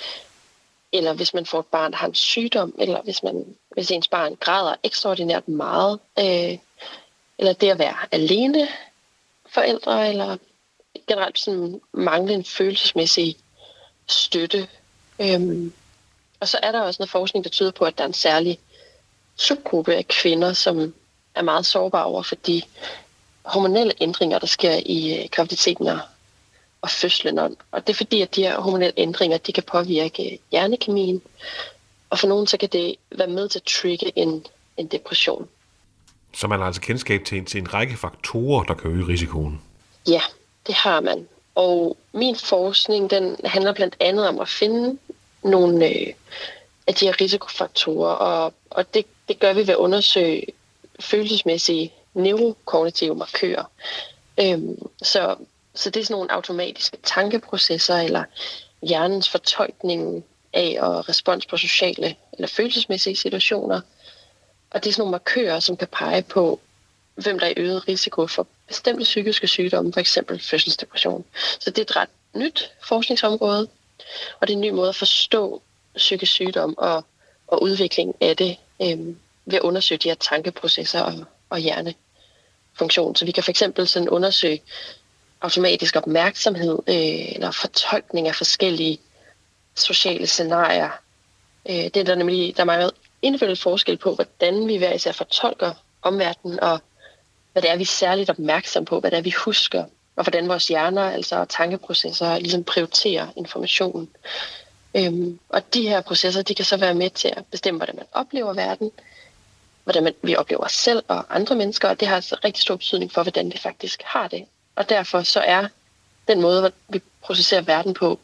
eller hvis man får et barn, der har en sygdom, eller hvis, man, hvis ens barn græder ekstraordinært meget, øh, eller det at være alene forældre, eller generelt sådan mangle en følelsesmæssig støtte. Øhm, og så er der også noget forskning, der tyder på, at der er en særlig subgruppe af kvinder, som er meget sårbare over for de hormonelle ændringer, der sker i øh, graviditeten og, og fødslen. Og det er fordi, at de her hormonelle ændringer, de kan påvirke hjernekemien, og for nogen så kan det være med til at trigge en, en depression. Så man har altså kendskab til en, til en række faktorer, der kan øge risikoen? Ja, det har man. Og min forskning, den handler blandt andet om at finde nogle øh, af de her risikofaktorer, og, og det, det gør vi ved at undersøge følelsesmæssige neurokognitive markører. Øhm, så, så det er sådan nogle automatiske tankeprocesser, eller hjernens fortolkning af og respons på sociale eller følelsesmæssige situationer. Og det er sådan nogle markører, som kan pege på, hvem der er i øget risiko for bestemte psykiske sygdomme, f.eks. fødselsdepression. Så det er et ret nyt forskningsområde, og det er en ny måde at forstå psykisk sygdom og, og udvikling af det øhm, ved at undersøge de her tankeprocesser og, og hjernefunktion. Så vi kan f.eks. sådan undersøge automatisk opmærksomhed øh, eller fortolkning af forskellige sociale scenarier. Øh, det er der nemlig der er meget individuel forskel på, hvordan vi hver især fortolker omverdenen, og hvad det er, vi er særligt opmærksom på, hvad det er, vi husker, og hvordan vores hjerner, altså tankeprocesser, ligesom prioriterer informationen. Øhm, og de her processer, de kan så være med til at bestemme, hvordan man oplever verden, hvordan man, vi oplever os selv og andre mennesker, og det har altså rigtig stor betydning for, hvordan vi faktisk har det. Og derfor så er den måde, vi processerer verden på,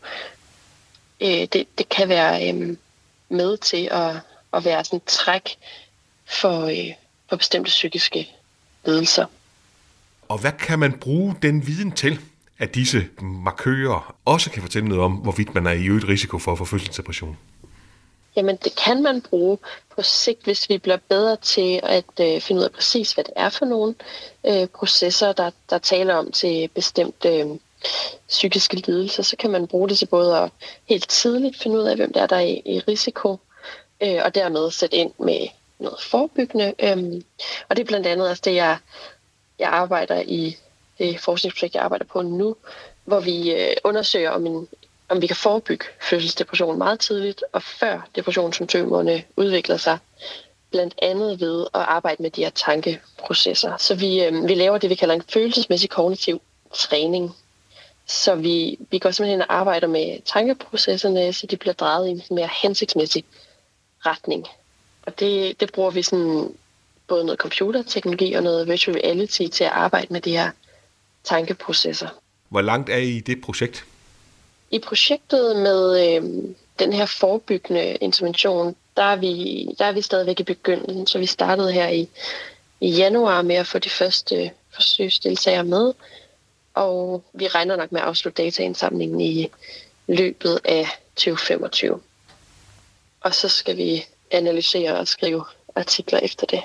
øh, det, det kan være øh, med til at, at være sådan et træk for, øh, for bestemte psykiske lidelser. Og hvad kan man bruge den viden til, at disse markører også kan fortælle noget om, hvorvidt man er i øget risiko for at få fødselsdepression? Jamen, det kan man bruge på sigt, hvis vi bliver bedre til at øh, finde ud af præcis, hvad det er for nogle øh, processer, der, der taler om til bestemte øh, psykiske lidelser. Så kan man bruge det til både at helt tidligt finde ud af, hvem der er, der er i, i risiko, øh, og dermed sætte ind med noget forebyggende. Øh, og det er blandt andet altså det, jeg, jeg arbejder i det forskningsprojekt, jeg arbejder på nu, hvor vi øh, undersøger, om, en, om vi kan forebygge fødselsdepression meget tidligt, og før depressionssymptomerne udvikler sig. blandt andet ved at arbejde med de her tankeprocesser. Så vi, øh, vi laver det, vi kalder en følelsesmæssig kognitiv træning. Så vi, vi går simpelthen og arbejder med tankeprocesserne, så de bliver drejet i en mere hensigtsmæssig retning. Og det, det bruger vi sådan både noget computerteknologi og noget virtual reality til at arbejde med de her tankeprocesser. Hvor langt er I i det projekt? I projektet med øh, den her forebyggende intervention, der er, vi, der er vi stadigvæk i begyndelsen. Så vi startede her i, i januar med at få de første forsøgsdeltagere med. Og vi regner nok med at afslutte dataindsamlingen i løbet af tyve femogtyve. Og så skal vi analysere og skrive artikler efter det.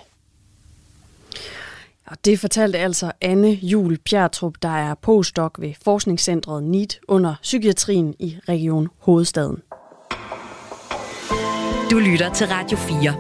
Og det fortalte altså Anne Juel Bjertrup, der er postdoc ved forskningscentret N I T under psykiatrien i Region Hovedstaden. Du lytter til Radio fire.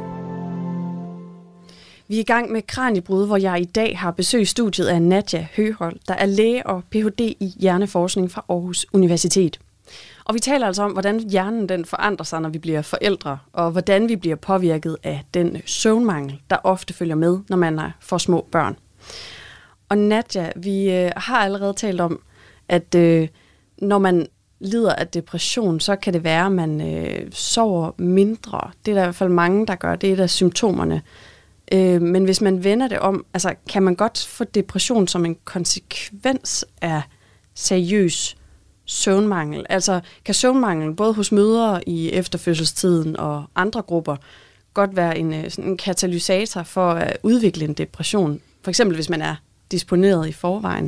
Vi er i gang med Kraniebrud, hvor jeg i dag har besøgt studiet af Nadja Høholt, der er læge og P H D i hjerneforskning fra Aarhus Universitet. Og vi taler altså om, hvordan hjernen den forandrer sig, når vi bliver forældre, og hvordan vi bliver påvirket af den søvnmangel, der ofte følger med, når man er for små børn. Og Nadja, vi øh, har allerede talt om, at øh, når man lider af depression, så kan det være, at man øh, sover mindre. Det er der i hvert fald mange, der gør. Det er et af symptomerne. Øh, men hvis man vender det om, altså kan man godt få depression som en konsekvens af seriøs søvnmangel? Altså kan søvnmangel både hos mødre i efterfødselstiden og andre grupper godt være en, sådan en katalysator for at udvikle en depression? For eksempel hvis man er disponeret i forvejen.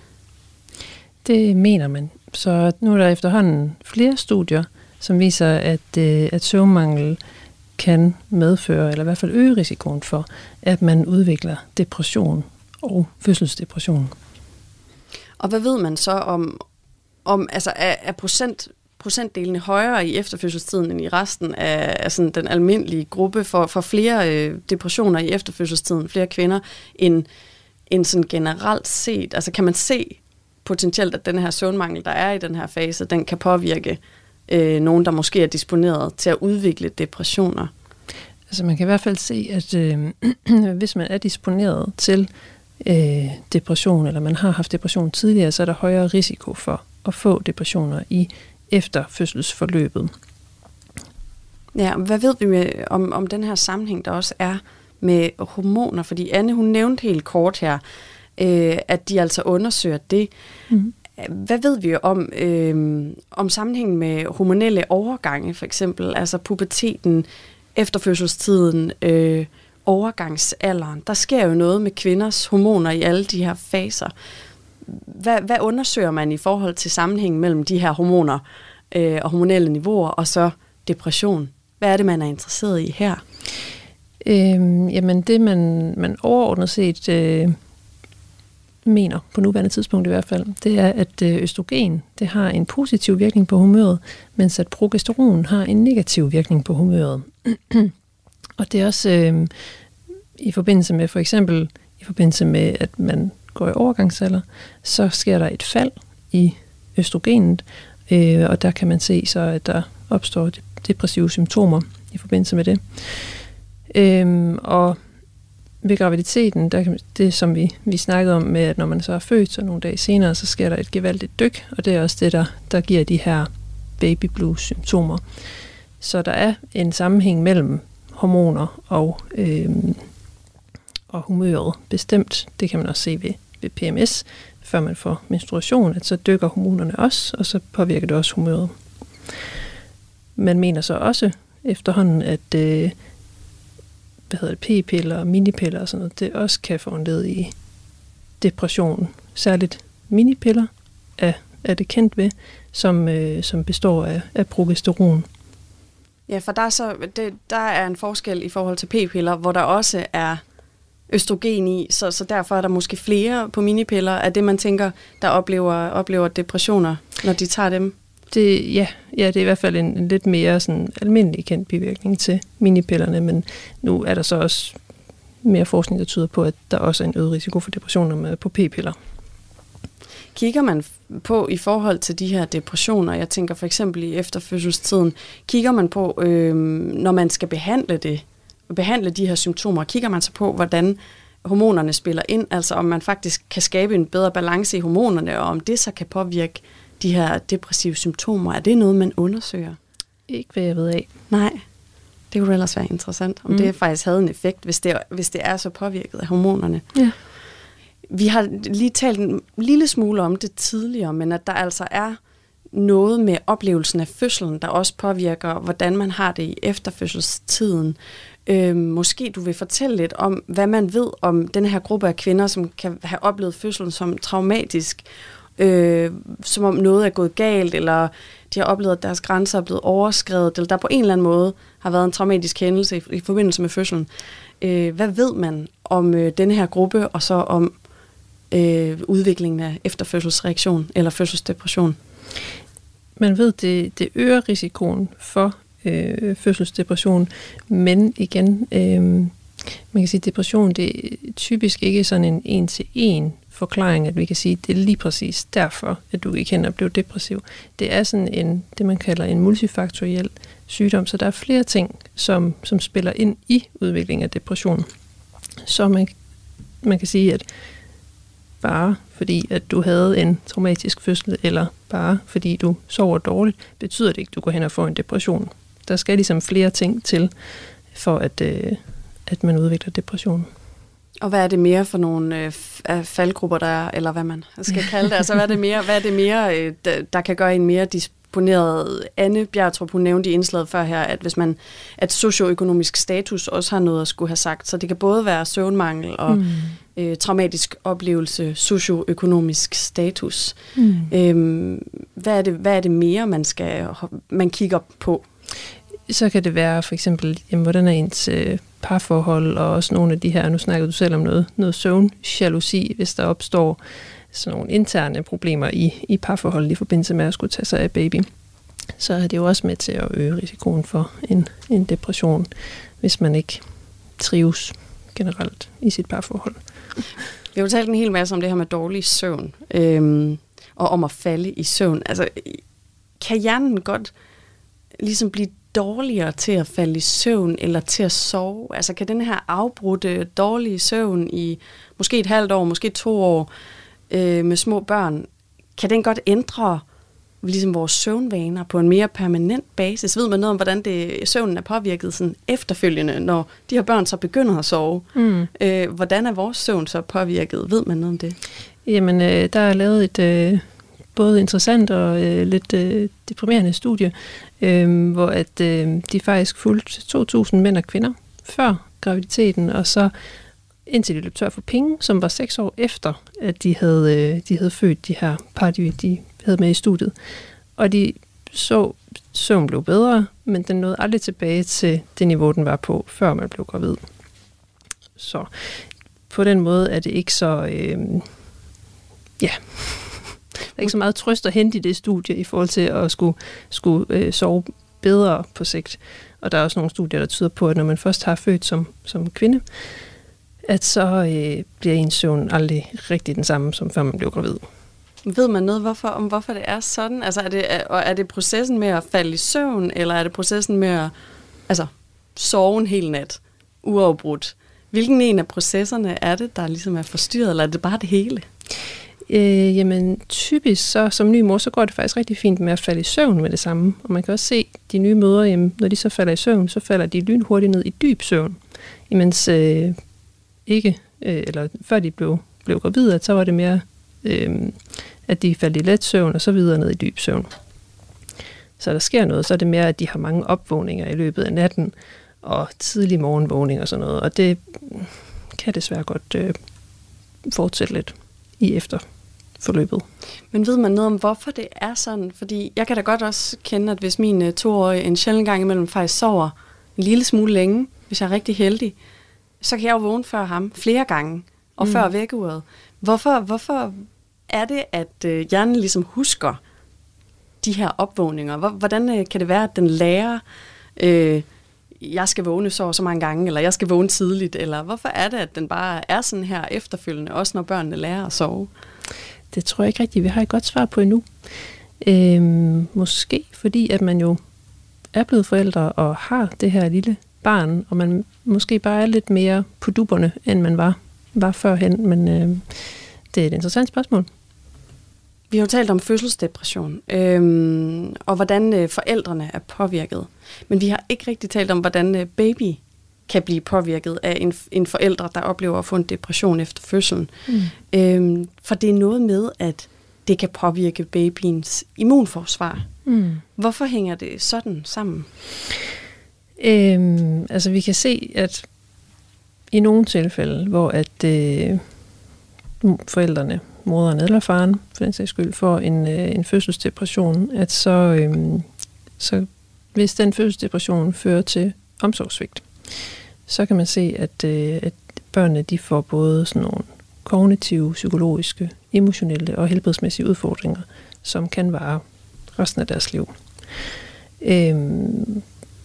Det mener man. Så nu er der efterhånden flere studier, som viser, at, at søvnmangel kan medføre, eller i hvert fald øge risikoen for, at man udvikler depression og fødselsdepression. Og hvad ved man så om, om altså er, er procent, procentdelene højere i efterfødselstiden end i resten af, af sådan den almindelige gruppe for, for flere øh, depressioner i efterfødselstiden, flere kvinder, end, end sådan generelt set? Altså kan man se potentielt, at den her søvnmangel, der er i den her fase, den kan påvirke øh, nogen, der måske er disponeret til at udvikle depressioner? Altså man kan i hvert fald se, at øh, hvis man er disponeret til øh, depression, eller man har haft depression tidligere, så er der højere risiko for at få depressioner i efterfødselsforløbet. Ja, hvad ved vi med, om, om den her sammenhæng, der også er med hormoner? Fordi Anne, hun nævnte helt kort her, øh, at de altså undersøger det. Mm-hmm. Hvad ved vi om, øh, om sammenhængen med hormonelle overgange, for eksempel, altså puberteten, efterfødselstiden, øh, overgangsalderen? Der sker jo noget med kvinders hormoner i alle de her faser. Hvad, hvad undersøger man i forhold til sammenhængen mellem de her hormoner øh, og hormonelle niveauer og så depression? Hvad er det, man er interesseret i her? Øhm, jamen det, man, man overordnet set øh, mener, på nuværende tidspunkt i hvert fald, det er, at østrogen det har en positiv virkning på humøret, mens at progesteron har en negativ virkning på humøret. Og det er også øh, i forbindelse med, for eksempel i forbindelse med, at man går i overgangsalder, så sker der et fald i østrogenet, øh, og der kan man se så, at der opstår depressive symptomer i forbindelse med det. Øhm, og ved graviditeten, der kan, det som vi, vi snakkede om med, at når man så er født, så nogle dage senere, så sker der et gevaldigt dyk, og det er også det, der, der giver de her baby blues symptomer. Så der er en sammenhæng mellem hormoner og, øhm, og humøret bestemt. Det kan man også se ved, ved P M S, før man får menstruation, at så dykker hormonerne også, og så påvirker det også humøret. Man mener så også efterhånden, at øh, hvad hedder det, p-piller og minipiller og sådan noget, det også kan foranlede i depression. Særligt minipiller er, er det kendt ved, som, øh, som består af, af progesteron. Ja, for der er, så, det, der er en forskel i forhold til p-piller, hvor der også er østrogen i, så, så derfor er der måske flere på minipiller af det, man tænker, der oplever, oplever depressioner, når de tager dem. Det, ja, ja, det er i hvert fald en, en lidt mere sådan almindelig kendt bivirkning til minipillerne, men nu er der så også mere forskning, der tyder på, at der også er en øget risiko for depressioner med, på p-piller. Kigger man på i forhold til de her depressioner, jeg tænker for eksempel i efterfødselstiden, kigger man på, øh, når man skal behandle det, behandle de her symptomer, kigger man så på, hvordan hormonerne spiller ind, altså om man faktisk kan skabe en bedre balance i hormonerne, og om det så kan påvirke de her depressive symptomer. Er det noget, man undersøger? Ikke hvad jeg ved af. Nej, det kunne ellers være interessant, om mm. det faktisk havde en effekt, hvis det, hvis det er så påvirket af hormonerne. Ja. Vi har lige talt en lille smule om det tidligere, men at der altså er noget med oplevelsen af fødslen, der også påvirker, hvordan man har det i efterfødselstiden. Øh, måske du vil fortælle lidt om, hvad man ved om den her gruppe af kvinder, som kan have oplevet fødslen som traumatisk, øh, som om noget er gået galt, eller de har oplevet, at deres grænser er blevet overskredet, eller der på en eller anden måde har været en traumatisk hændelse i, i forbindelse med fødslen. Øh, hvad ved man om øh, den her gruppe, og så om øh, udviklingen af efterfødselsreaktion eller fødselsdepression? Man ved, det, det øger risikoen for øh, fødselsdepression, men igen, øh, man kan sige, at depression, det er typisk ikke sådan en en-til-en forklaring, at vi kan sige, at det er lige præcis derfor, at du ikke kender at blive depressiv. Det er sådan en, det man kalder en multifaktoriel sygdom, så der er flere ting, som, som spiller ind i udviklingen af depression. Så man, man kan sige, at bare fordi, at du havde en traumatisk fødsel, eller bare fordi du sover dårligt, betyder det ikke, at du går hen og får en depression. Der skal ligesom flere ting til, for at, øh, at man udvikler depression. Og hvad er det mere for nogle øh, faldgrupper, der er, eller hvad man skal kalde det? Altså, hvad er det mere, hvad er det mere øh, der, der kan gøre en mere disponeret? Anne Bjertrup, hun nævnte i indslaget før her, at hvis man, at socioøkonomisk status også har noget at skulle have sagt, så det kan både være søvnmangel og mm. øh, traumatisk oplevelse, socioøkonomisk status. Mm. Øhm, hvad er det, hvad er det mere, man skal, man kigger på? Så kan det være for eksempel, jamen, hvordan er ens øh, parforhold, og også nogle af de her, nu snakker du selv om noget, noget søvnjalousi, hvis der opstår sådan nogle interne problemer i, i parforholdet i forbindelse med at skulle tage sig af baby. Så er det jo også med til at øge risikoen for en, en depression, hvis man ikke trives generelt i sit parforhold. Vi har jo talt en hel masse om det her med dårlig søvn, øhm, og om at falde i søvn. Altså, kan hjernen godt ligesom blive dårligere til at falde i søvn eller til at sove? Altså kan den her afbrudte dårlige søvn i måske et halvt år, måske to år øh, med små børn, kan den godt ændre ligesom vores søvnvaner på en mere permanent basis? Ved man noget om, hvordan det, søvnen er påvirket sådan efterfølgende, når de her børn så begynder at sove? Mm. Øh, hvordan er vores søvn så påvirket? Ved man noget om det? Jamen, øh, der er lavet et øh, både interessant og øh, lidt øh, deprimerende studie, øh, hvor at øh, de faktisk fulgte to tusind mænd og kvinder før graviditeten, og så indtil de løb tør for penge, som var seks år efter, at de havde, øh, de havde født de her par, de, de havde med i studiet. Og de så, søvn blev bedre, men den nåede aldrig tilbage til det niveau, den var på, før man blev gravid. Så på den måde er det ikke så... Øh, ja... Der er ikke så meget trøst at hente i det studie i forhold til at skulle, skulle øh, sove bedre på sigt. Og der er også nogle studier, der tyder på, at når man først har født som, som kvinde, at så øh, bliver ens søvn aldrig rigtig den samme, som før man blev gravid. Ved man noget hvorfor, om, hvorfor det er sådan? Altså er det, er, er det processen med at falde i søvn, eller er det processen med at altså, sove en hel nat, uafbrudt? Hvilken en af processerne er det, der ligesom er forstyrret, eller er det bare det hele? Øh, jamen typisk så som ny mor, så går det faktisk rigtig fint med at falde i søvn med det samme. Og man kan også se de nye mødre, jamen, når de så falder i søvn, så falder de lynhurtigt ned i dyb søvn. Imens øh, ikke, øh, eller før de blev, blev gravide, så var det mere, øh, at de faldt i let søvn og så videre ned i dyb søvn. Så der sker noget, så er det mere, at de har mange opvågninger i løbet af natten og tidlig morgenvågning og sådan noget. Og det kan desværre godt øh, fortsætte lidt i efterforløbet. Men ved man noget om, hvorfor det er sådan? Fordi jeg kan da godt også kende, at hvis min uh, toårige en sjældent gang imellem faktisk sover en lille smule længe, hvis jeg er rigtig heldig, så kan jeg jo vågne før ham flere gange, og mm. før vækkeuret. Hvorfor, hvorfor er det, at uh, hjernen ligesom husker de her opvågninger? Hvordan uh, kan det være, at den lærer, uh, jeg skal vågne så så mange gange, eller jeg skal vågne tidligt, eller hvorfor er det, at den bare er sådan her efterfølgende, også når børnene lærer at sove? Det tror jeg ikke rigtigt, vi har et godt svar på endnu. Øhm, måske fordi, at man jo er blevet forældre og har det her lille barn, og man måske bare er lidt mere på dupperne, end man var, var førhen. Men øh, det er et interessant spørgsmål. Vi har jo talt om fødselsdepression, øhm, og hvordan øh, forældrene er påvirket. Men vi har ikke rigtig talt om, hvordan øh, baby kan blive påvirket af en, en forælder, der oplever at få en depression efter fødslen. Mm. Øhm, for det er noget med, at det kan påvirke babyens immunforsvar. Mm. Hvorfor hænger det sådan sammen? Øhm, altså vi kan se, at i nogle tilfælde, hvor at øh, forældrene, moderen eller faren, for den sags skyld, får en, øh, en fødselsdepression, at så, øh, så hvis den fødselsdepression fører til omsorgssvigt, så kan man se, at, øh, at børnene de får både sådan nogle kognitive, psykologiske, emotionelle og helbredsmæssige udfordringer, som kan vare resten af deres liv. Øhm,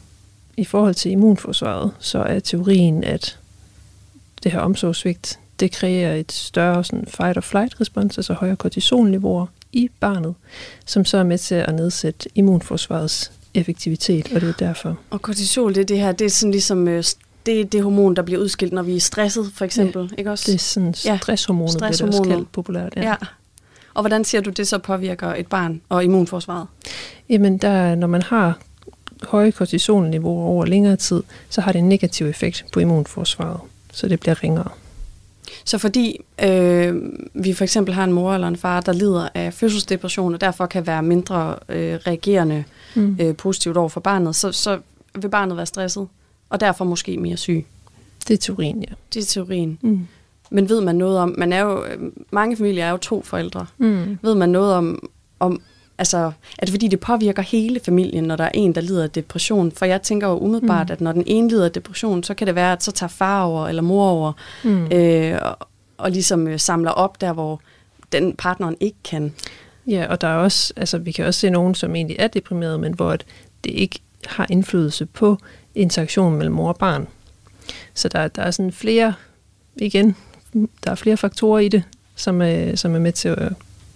I forhold til immunforsvaret, så er teorien, at det her omsorgssvigt, det kræver et større sådan fight-or-flight-respons, altså højere kortisolniveauer i barnet, som så er med til at nedsætte immunforsvarets effektivitet, og det er derfor. Og kortisol, det er det her, det er sådan ligesom, det er det hormon, der bliver udskilt, når vi er stresset, for eksempel, ja, ikke også? Det er sådan stresshormonet, ja, det er også kaldt populært. Ja. Ja. Og hvordan siger du, det så påvirker et barn og immunforsvaret? Jamen, der, når man har høje kortisolniveauer over længere tid, så har det en negativ effekt på immunforsvaret, så det bliver ringere. Så fordi øh, vi for eksempel har en mor eller en far, der lider af fødselsdepression, og derfor kan være mindre øh, reagerende mm. øh, positivt over for barnet, så, så vil barnet være stresset, og derfor måske mere syg. Det er teorien, ja. Det er teorien. Mm. Men ved man noget om, man er jo, mange familier er jo to forældre. Mm. Ved man noget om, om, altså, er det fordi det påvirker hele familien, når der er en, der lider af depression? For jeg tænker jo umiddelbart, mm. at når den ene lider af depression, så kan det være, at så tager far over eller mor over, mm. øh, og, og ligesom øh, samler op der, hvor den partneren ikke kan. Ja, og der er også, altså vi kan også se nogen, som egentlig er deprimerede, men hvor det ikke har indflydelse på interaktionen mellem mor og barn. Så der, der er sådan flere, igen, der er flere faktorer i det, som er, som er med til at,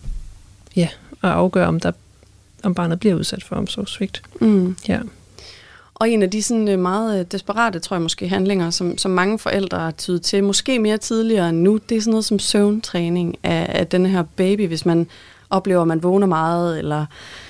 ja, at afgøre, om, der, om barnet bliver udsat for omsorgssvigt. Mm. Ja. Og en af de sådan meget desperate, tror jeg måske, handlinger, som, som mange forældre har tydet til, måske mere tidligere end nu, det er sådan noget som søvntræning af, af den her baby, hvis man oplever, at man vågner meget, eller,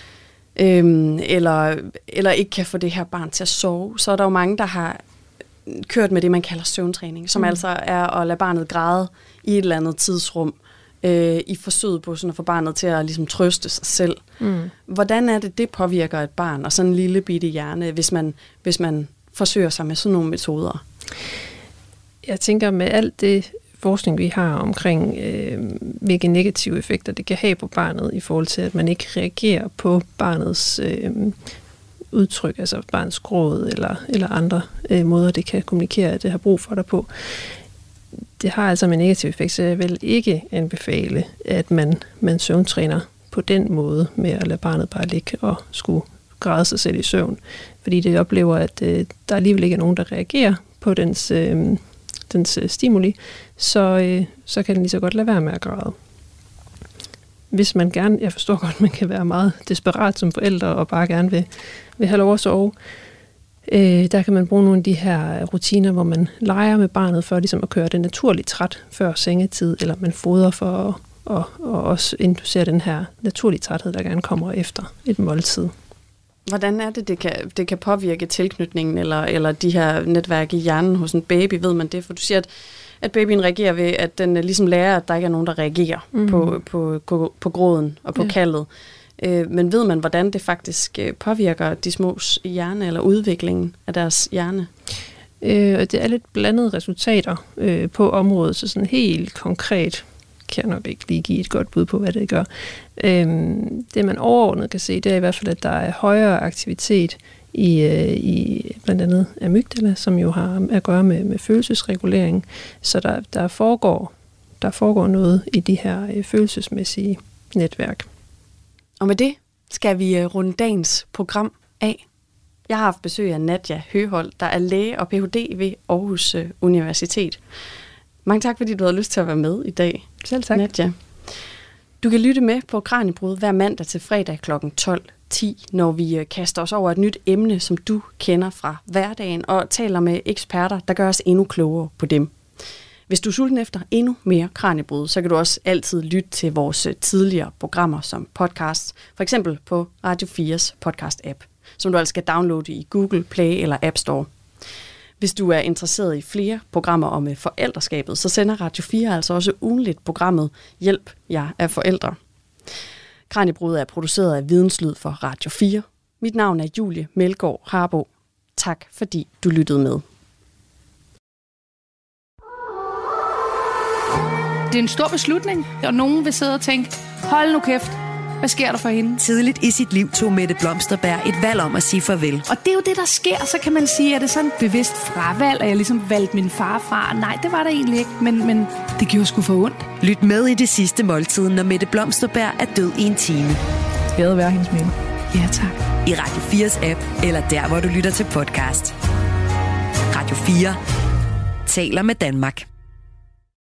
øhm, eller, eller ikke kan få det her barn til at sove. Så er der jo mange, der har kørt med det, man kalder søvntræning, som mm. altså er at lade barnet græde i et eller andet tidsrum, øh, i forsøget på sådan at få barnet til at ligesom trøste sig selv. Mm. Hvordan er det, det påvirker et barn, og sådan en lille bitte hjerne, hvis man, hvis man forsøger sig med sådan nogle metoder? Jeg tænker, med alt det forskning, vi har omkring, øh, hvilke negative effekter det kan have på barnet, i forhold til, at man ikke reagerer på barnets øh, udtryk, altså barnets gråd eller, eller andre øh, måder, det kan kommunikere, at det har brug for dig på. Det har altså en negativ effekt, så jeg vil ikke anbefale, at man, man søvntræner på den måde med at lade barnet bare ligge og skulle græde sig selv i søvn. Fordi det oplever, at øh, der alligevel ikke er nogen, der reagerer på dens, øh, dens øh, stimuli, så, øh, så kan den lige så godt lade være med at græde. Hvis man gerne, jeg forstår godt, man kan være meget desperat som forældre og bare gerne vil, vil have lov at sove, øh, der kan man bruge nogle af de her rutiner, hvor man leger med barnet for ligesom at køre det naturligt træt før sengetid, eller man fodrer for at og, og også inducere den her naturlige træthed, der gerne kommer efter et måltid. Hvordan er det, det kan, det kan påvirke tilknytningen eller, eller de her netværk i hjernen hos en baby? Ved man det? For du siger, at, at babyen reagerer ved, at den ligesom lærer, at der ikke er nogen, der reagerer mm. på, på, på, på gråden og på ja. kaldet. Øh, men ved man, hvordan det faktisk påvirker de smås hjerne eller udviklingen af deres hjerne? Øh, det er lidt blandede resultater øh, på området, så sådan helt konkret kan jeg nok ikke lige give et godt bud på, hvad det gør. Øhm, det man overordnet kan se, det er i hvert fald, at der er højere aktivitet i, øh, i blandt andet amygdala, som jo har at gøre med, med følelsesregulering. Så der, der, foregår, der foregår noget i de her øh, følelsesmæssige netværk. Og med det skal vi øh, runde dagens program af. Jeg har haft besøg af Nadja Høholt, der er læge og P H D ved Aarhus øh, Universitet. Mange tak, fordi du havde lyst til at være med i dag. Selv tak. Nadja. Du kan lytte med på Kraniebrud hver mandag til fredag klokken tolv ti, når vi kaster os over et nyt emne, som du kender fra hverdagen, og taler med eksperter, der gør os endnu klogere på dem. Hvis du er sulten efter endnu mere Kraniebrud, så kan du også altid lytte til vores tidligere programmer som podcast, for eksempel på Radio fires podcast-app, som du altså skal downloade i Google Play eller App Store. Hvis du er interesseret i flere programmer om forældreskabet, så sender Radio fire altså også ugenligt programmet Hjælp, jeg er forældre. Kraniebrud er produceret af Videnslyd for Radio fire. Mit navn er Julie Melgaard Harbo. Tak fordi du lyttede med. Det er en stor beslutning, og nogen vil sidde og tænke, hold nu kæft, hvad sker der for hende? Tidligt i sit liv tog Mette Blomsterberg et valg om at sige farvel. Og det er jo det, der sker. Så kan man sige, at det er sådan et bevidst fravalg, at jeg ligesom valgte min far fra. Nej, det var der egentlig ikke, men, men det gjorde sgu for ondt. Lyt med i det sidste måltid, når Mette Blomsterberg er død i en time. Skal det være hendes minde? Ja, tak. I Radio fires app, eller der, hvor du lytter til podcast. Radio fire taler med Danmark.